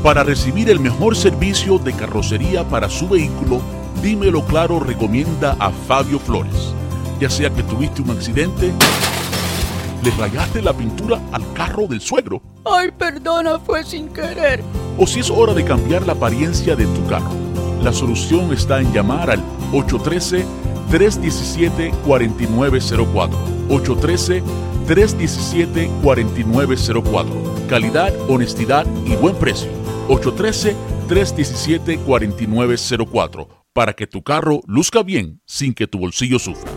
Para recibir el mejor servicio de carrocería para su vehículo, Dímelo Claro recomienda a Fabio Flores. Ya sea que tuviste un accidente, le rayaste la pintura al carro del suegro, Ay, perdona, fue sin querer. o si es hora de cambiar la apariencia de tu carro, la solución está en llamar al 813-317-4904. 813-317-4904. Calidad, honestidad y buen precio. 813-317-4904. Para que tu carro luzca bien sin que tu bolsillo sufra.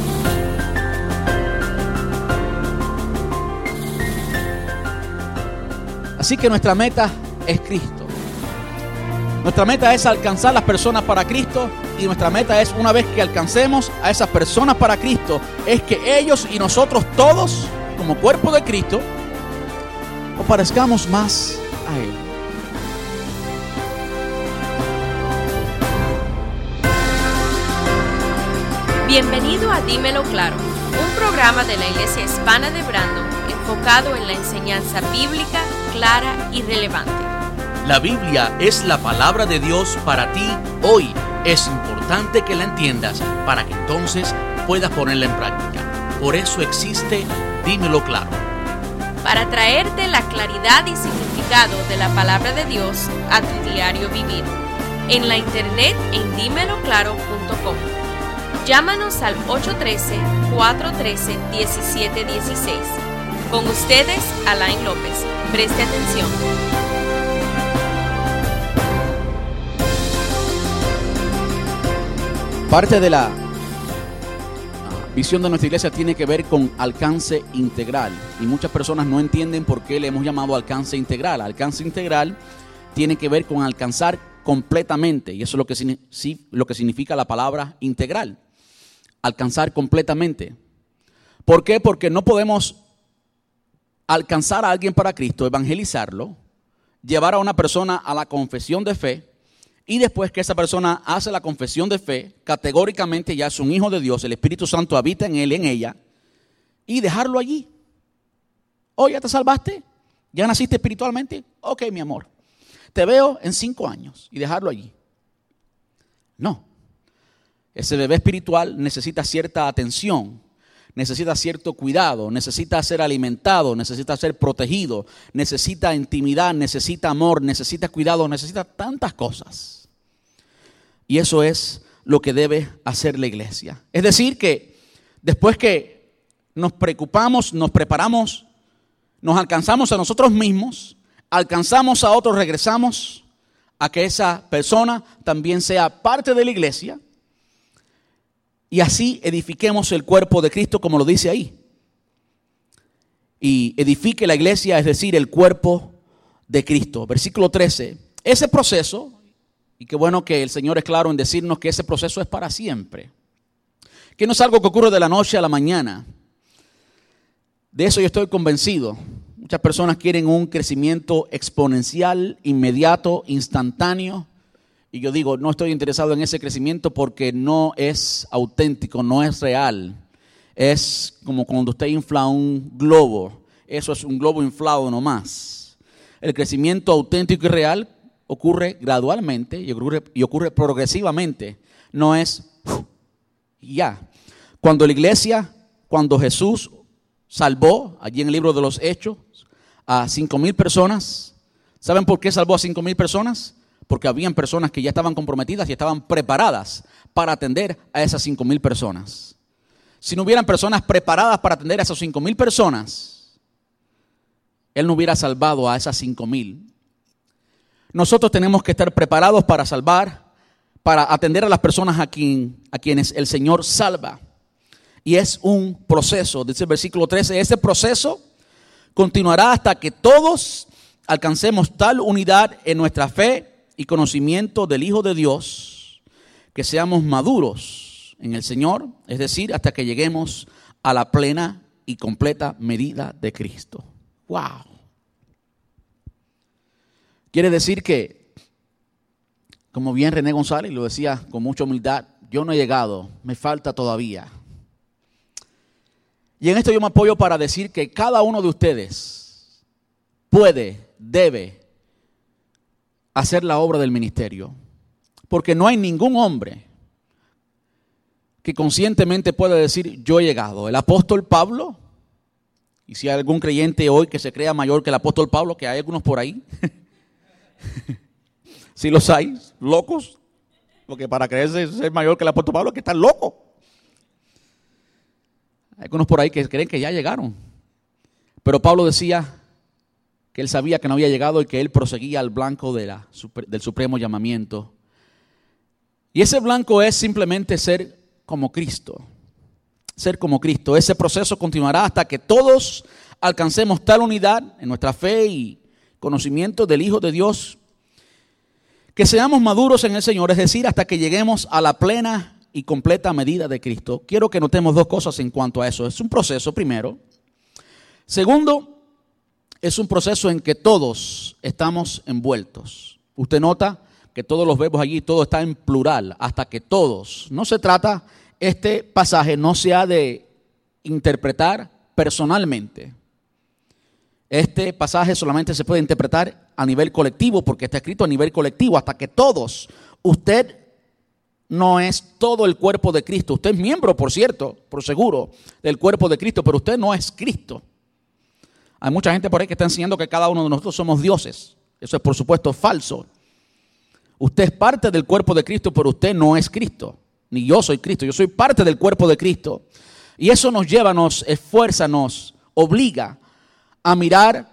Así que nuestra meta es Cristo. Nuestra meta es alcanzar las personas para Cristo, y nuestra meta es, una vez que alcancemos a esas personas para Cristo, es que ellos y nosotros todos, como cuerpo de Cristo, nos parezcamos más a Él. Bienvenido a Dímelo Claro, un programa de la Iglesia Hispana de Brandon enfocado en la enseñanza bíblica clara y relevante. La Biblia es la palabra de Dios para ti hoy. Es importante que la entiendas para que entonces puedas ponerla en práctica. Por eso existe Dímelo Claro. Para traerte la claridad y significado de la palabra de Dios a tu diario vivir. En la internet en dímeloclaro.com. Llámanos al 813-413-1716. Con ustedes, Alain López. Preste atención. Parte de la visión de nuestra iglesia tiene que ver con alcance integral. Y muchas personas no entienden por qué le hemos llamado alcance integral. Alcance integral tiene que ver con alcanzar completamente. Y eso es lo que significa la palabra integral. Alcanzar completamente. ¿Por qué? Porque no podemos alcanzar a alguien para Cristo, evangelizarlo, llevar a una persona a la confesión de fe, y después que esa persona hace la confesión de fe, categóricamente ya es un hijo de Dios, el Espíritu Santo habita en él, en ella, y dejarlo allí. Oh, ¿ya te salvaste? ¿Ya naciste espiritualmente? Ok, mi amor, te veo en 5 años, y dejarlo allí. No. Ese bebé espiritual necesita cierta atención, necesita cierto cuidado, necesita ser alimentado, necesita ser protegido, necesita intimidad, necesita amor, necesita cuidado, necesita tantas cosas. Y eso es lo que debe hacer la iglesia. Es decir, que después que nos preocupamos, nos preparamos, nos alcanzamos a nosotros mismos, alcanzamos a otros, regresamos a que esa persona también sea parte de la iglesia. Y así edifiquemos el cuerpo de Cristo, como lo dice ahí. Y edifique la iglesia, es decir, el cuerpo de Cristo. Versículo 13. Ese proceso, y qué bueno que el Señor es claro en decirnos que ese proceso es para siempre. Que no es algo que ocurre de la noche a la mañana. De eso yo estoy convencido. Muchas personas quieren un crecimiento exponencial, inmediato, instantáneo. Y yo digo, no estoy interesado en ese crecimiento porque no es auténtico, no es real. Es como cuando usted infla un globo. Eso es un globo inflado nomás. El crecimiento auténtico y real ocurre gradualmente y ocurre progresivamente. No es ya. Cuando la iglesia, cuando Jesús salvó, allí en el libro de los Hechos, a 5,000 personas. ¿Saben por qué salvó a 5,000 personas? Porque habían personas que ya estaban comprometidas y estaban preparadas para atender a esas 5,000 personas. Si no hubieran personas preparadas para atender a esas 5,000 personas, Él no hubiera salvado a esas 5,000. Nosotros tenemos que estar preparados para salvar, para atender a las personas a quienes el Señor salva. Y es un proceso, dice el versículo 13, ese proceso continuará hasta que todos alcancemos tal unidad en nuestra fe y conocimiento del Hijo de Dios, que seamos maduros en el Señor, es decir, hasta que lleguemos a la plena y completa medida de Cristo. ¡Wow! Quiere decir que, como bien René González lo decía con mucha humildad, yo no he llegado, me falta todavía. Y en esto yo me apoyo para decir que cada uno de ustedes puede, debe hacer la obra del ministerio. Porque no hay ningún hombre que conscientemente pueda decir, yo he llegado. El apóstol Pablo, y si hay algún creyente hoy que se crea mayor que el apóstol Pablo, que hay algunos por ahí, si los hay, locos, porque para creerse ser mayor que el apóstol Pablo, que están locos. Hay algunos por ahí que creen que ya llegaron. Pero Pablo decía que él sabía que no había llegado y que él proseguía al blanco del supremo llamamiento. Y ese blanco es simplemente ser como Cristo. Ser como Cristo. Ese proceso continuará hasta que todos alcancemos tal unidad en nuestra fe y conocimiento del Hijo de Dios, que seamos maduros en el Señor, es decir, hasta que lleguemos a la plena y completa medida de Cristo. Quiero que notemos dos cosas en cuanto a eso. Es un proceso, primero. Segundo, es un proceso en que todos estamos envueltos. Usted nota que todos los verbos allí, todo está en plural, hasta que todos. No se trata, este pasaje no se ha de interpretar personalmente. Este pasaje solamente se puede interpretar a nivel colectivo, porque está escrito a nivel colectivo, hasta que todos. Usted no es todo el cuerpo de Cristo. Usted es miembro, por cierto, por seguro, del cuerpo de Cristo, pero usted no es Cristo. Hay mucha gente por ahí que está enseñando que cada uno de nosotros somos dioses. Eso es, por supuesto, falso. Usted es parte del cuerpo de Cristo, pero usted no es Cristo. Ni yo soy Cristo, yo soy parte del cuerpo de Cristo. Y eso nos lleva, nos esfuerza, nos obliga a mirar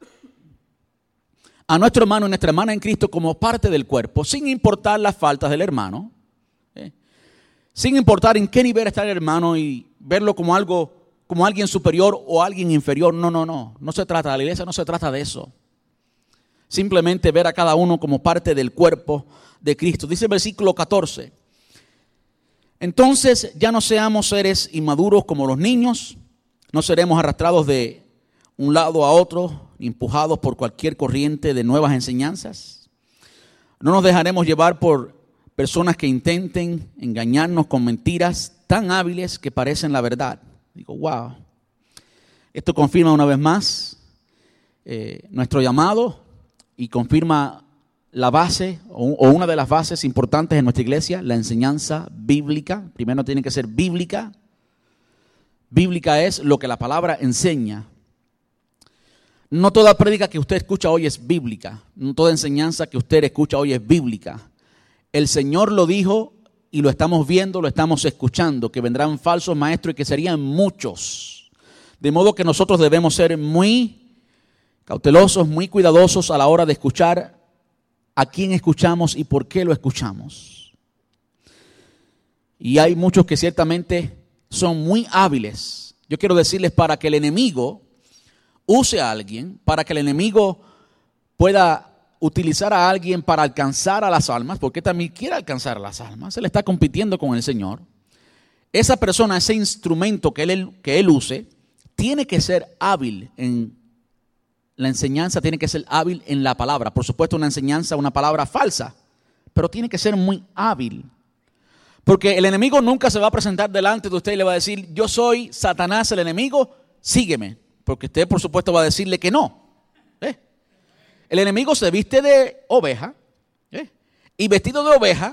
a nuestro hermano y nuestra hermana en Cristo como parte del cuerpo, sin importar las faltas del hermano, sin importar en qué nivel está el hermano y verlo como alguien superior o alguien inferior. No se trata, de la iglesia no se trata de eso. Simplemente ver a cada uno como parte del cuerpo de Cristo. Dice el versículo 14. Entonces ya no seamos seres inmaduros como los niños, no seremos arrastrados de un lado a otro, empujados por cualquier corriente de nuevas enseñanzas. No nos dejaremos llevar por personas que intenten engañarnos con mentiras tan hábiles que parecen la verdad. Digo, wow. Esto confirma una vez más nuestro llamado y confirma la base o una de las bases importantes en nuestra iglesia, la enseñanza bíblica. Primero tiene que ser bíblica. Bíblica es lo que la palabra enseña. No toda prédica que usted escucha hoy es bíblica. No toda enseñanza que usted escucha hoy es bíblica. El Señor lo dijo y lo estamos viendo, lo estamos escuchando, que vendrán falsos maestros y que serían muchos. De modo que nosotros debemos ser muy cautelosos, muy cuidadosos a la hora de escuchar a quién escuchamos y por qué lo escuchamos. Y hay muchos que ciertamente son muy hábiles. Yo quiero decirles, para que el enemigo use a alguien, para que el enemigo pueda utilizar a alguien para alcanzar a las almas, porque también quiere alcanzar a las almas, él está compitiendo con el Señor. Esa persona, ese instrumento que él use, tiene que ser hábil en la enseñanza, tiene que ser hábil en la palabra. Por supuesto, una enseñanza, una palabra falsa, pero tiene que ser muy hábil. Porque el enemigo nunca se va a presentar delante de usted y le va a decir, yo soy Satanás el enemigo, sígueme. Porque usted, por supuesto, va a decirle que no. El enemigo se viste de oveja, y vestido de oveja,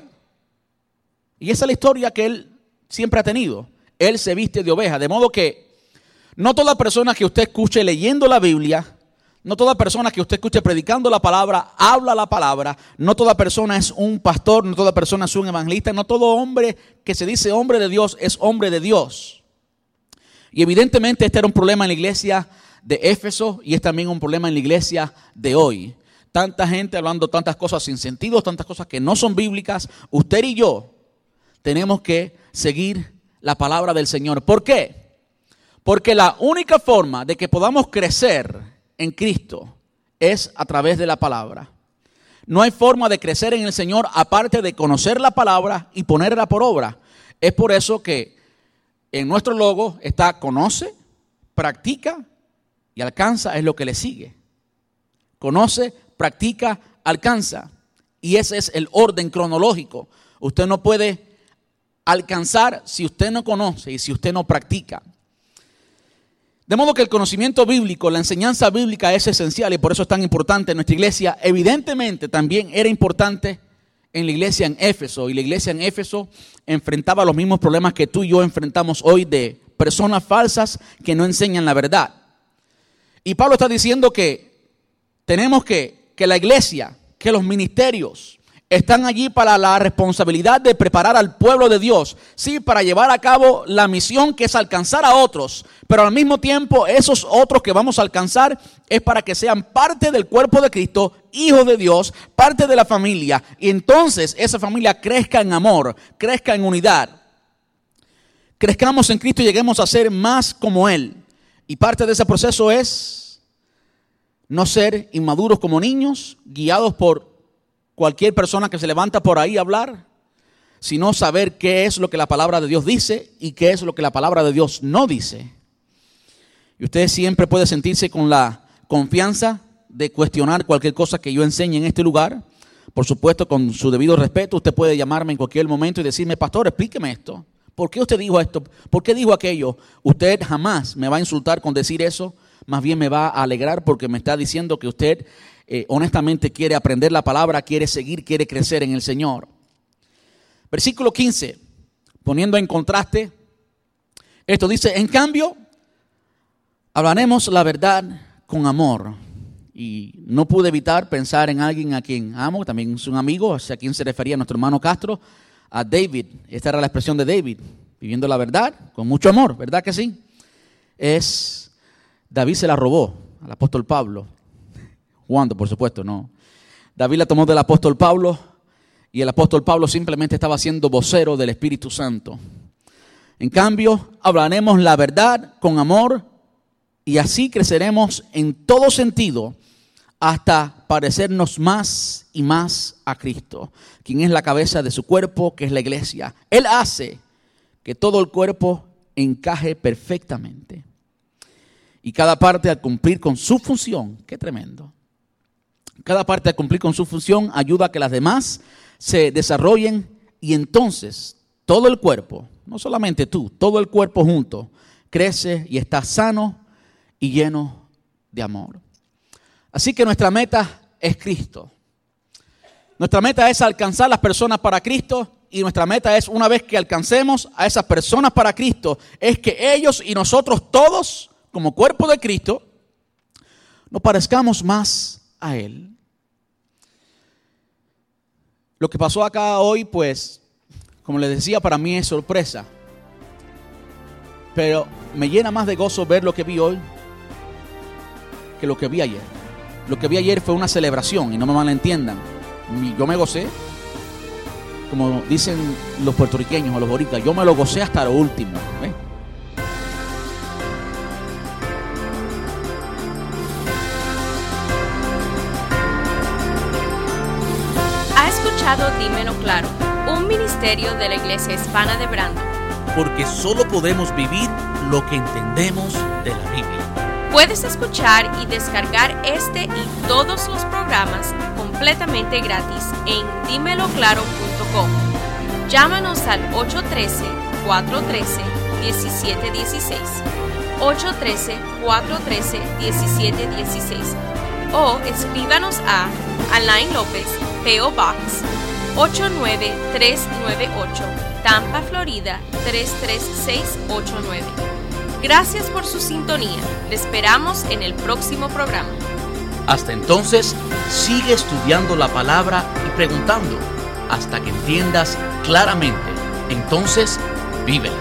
y esa es la historia que él siempre ha tenido. Él se viste de oveja, de modo que no toda persona que usted escuche leyendo la Biblia, no toda persona que usted escuche predicando la palabra, habla la palabra, no toda persona es un pastor, no toda persona es un evangelista, no todo hombre que se dice hombre de Dios es hombre de Dios. Y evidentemente este era un problema en la iglesia de Éfeso y es también un problema en la iglesia de hoy. Tanta gente hablando tantas cosas sin sentido, tantas cosas que no son bíblicas. Usted y yo tenemos que seguir la palabra del Señor. ¿Por qué? Porque la única forma de que podamos crecer en Cristo es a través de la palabra. No hay forma de crecer en el Señor aparte de conocer la palabra y ponerla por obra. Es por eso que en nuestro logo está conoce, practica y alcanza, es lo que le sigue. Conoce, practica, alcanza. Y ese es el orden cronológico. Usted no puede alcanzar si usted no conoce y si usted no practica. De modo que el conocimiento bíblico, la enseñanza bíblica es esencial y por eso es tan importante en nuestra iglesia. Evidentemente también era importante en la iglesia en Éfeso, y la iglesia en Éfeso enfrentaba los mismos problemas que tú y yo enfrentamos hoy de personas falsas que no enseñan la verdad. Y Pablo está diciendo que tenemos que la iglesia, que los ministerios están allí para la responsabilidad de preparar al pueblo de Dios, sí, para llevar a cabo la misión que es alcanzar a otros, pero al mismo tiempo esos otros que vamos a alcanzar es para que sean parte del cuerpo de Cristo, hijos de Dios, parte de la familia, y entonces esa familia crezca en amor, crezca en unidad, crezcamos en Cristo y lleguemos a ser más como Él. Y parte de ese proceso es no ser inmaduros como niños, guiados por cualquier persona que se levanta por ahí a hablar, sino saber qué es lo que la palabra de Dios dice y qué es lo que la palabra de Dios no dice. Y usted siempre puede sentirse con la confianza de cuestionar cualquier cosa que yo enseñe en este lugar. Por supuesto, con su debido respeto, usted puede llamarme en cualquier momento y decirme: pastor, explíqueme esto. ¿Por qué usted dijo esto? ¿Por qué dijo aquello? Usted jamás me va a insultar con decir eso, más bien me va a alegrar porque me está diciendo que usted honestamente quiere aprender la palabra, quiere seguir, quiere crecer en el Señor. Versículo 15, poniendo en contraste, esto dice: en cambio, hablaremos la verdad con amor. Y no pude evitar pensar en alguien a quien amo, también es un amigo, a quien se refería nuestro hermano Castro, a David. Esta era la expresión de David, viviendo la verdad con mucho amor, ¿verdad que sí? David se la robó al apóstol Pablo. Jugando, por supuesto, no. David la tomó del apóstol Pablo y el apóstol Pablo simplemente estaba siendo vocero del Espíritu Santo. En cambio, hablaremos la verdad con amor y así creceremos en todo sentido hasta parecernos más y más a Cristo, quien es la cabeza de su cuerpo, que es la iglesia. Él hace que todo el cuerpo encaje perfectamente. Y cada parte al cumplir con su función, qué tremendo. Cada parte al cumplir con su función ayuda a que las demás se desarrollen y entonces todo el cuerpo, no solamente tú, todo el cuerpo junto, crece y está sano y lleno de amor. Así que nuestra meta es Cristo. Nuestra meta es alcanzar las personas para Cristo y nuestra meta es, una vez que alcancemos a esas personas para Cristo, es que ellos y nosotros todos, como cuerpo de Cristo, nos parezcamos más a Él. Lo que pasó acá hoy, pues, como les decía, para mí es sorpresa. Pero me llena más de gozo ver lo que vi hoy que lo que vi ayer. Lo que vi ayer fue una celebración, y no me malentiendan. Yo me gocé, como dicen los puertorriqueños o los boricuas, yo me lo gocé hasta lo último. ¿Ves? Dímelo Claro, un ministerio de la Iglesia Hispana de Brandon. Porque solo podemos vivir lo que entendemos de la Biblia. Puedes escuchar y descargar este y todos los programas completamente gratis en dímeloclaro.com. Llámanos al 813-413-1716. 813-413-1716. O escríbanos a Alain López, P.O. Box 89398, Tampa, Florida 33689. Gracias por su sintonía. Le esperamos en el próximo programa. Hasta entonces, sigue estudiando la palabra y preguntando hasta que entiendas claramente. Entonces, vívela.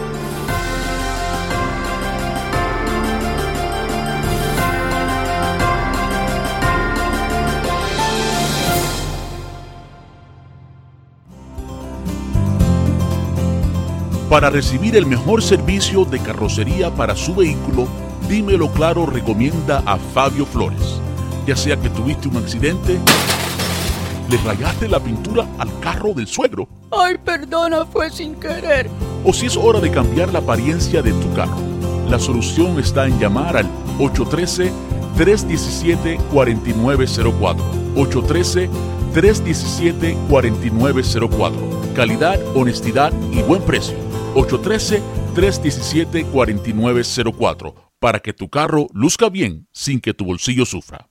Para recibir el mejor servicio de carrocería para su vehículo, Dímelo Claro recomienda a Fabio Flores. Ya sea que tuviste un accidente, le rayaste la pintura al carro del suegro, Ay, perdona, fue sin querer. o si es hora de cambiar la apariencia de tu carro, la solución está en llamar al 813-317-4904. 813-317-4904. Calidad, honestidad y buen precio. 813-317-4904. para que tu carro luzca bien sin que tu bolsillo sufra.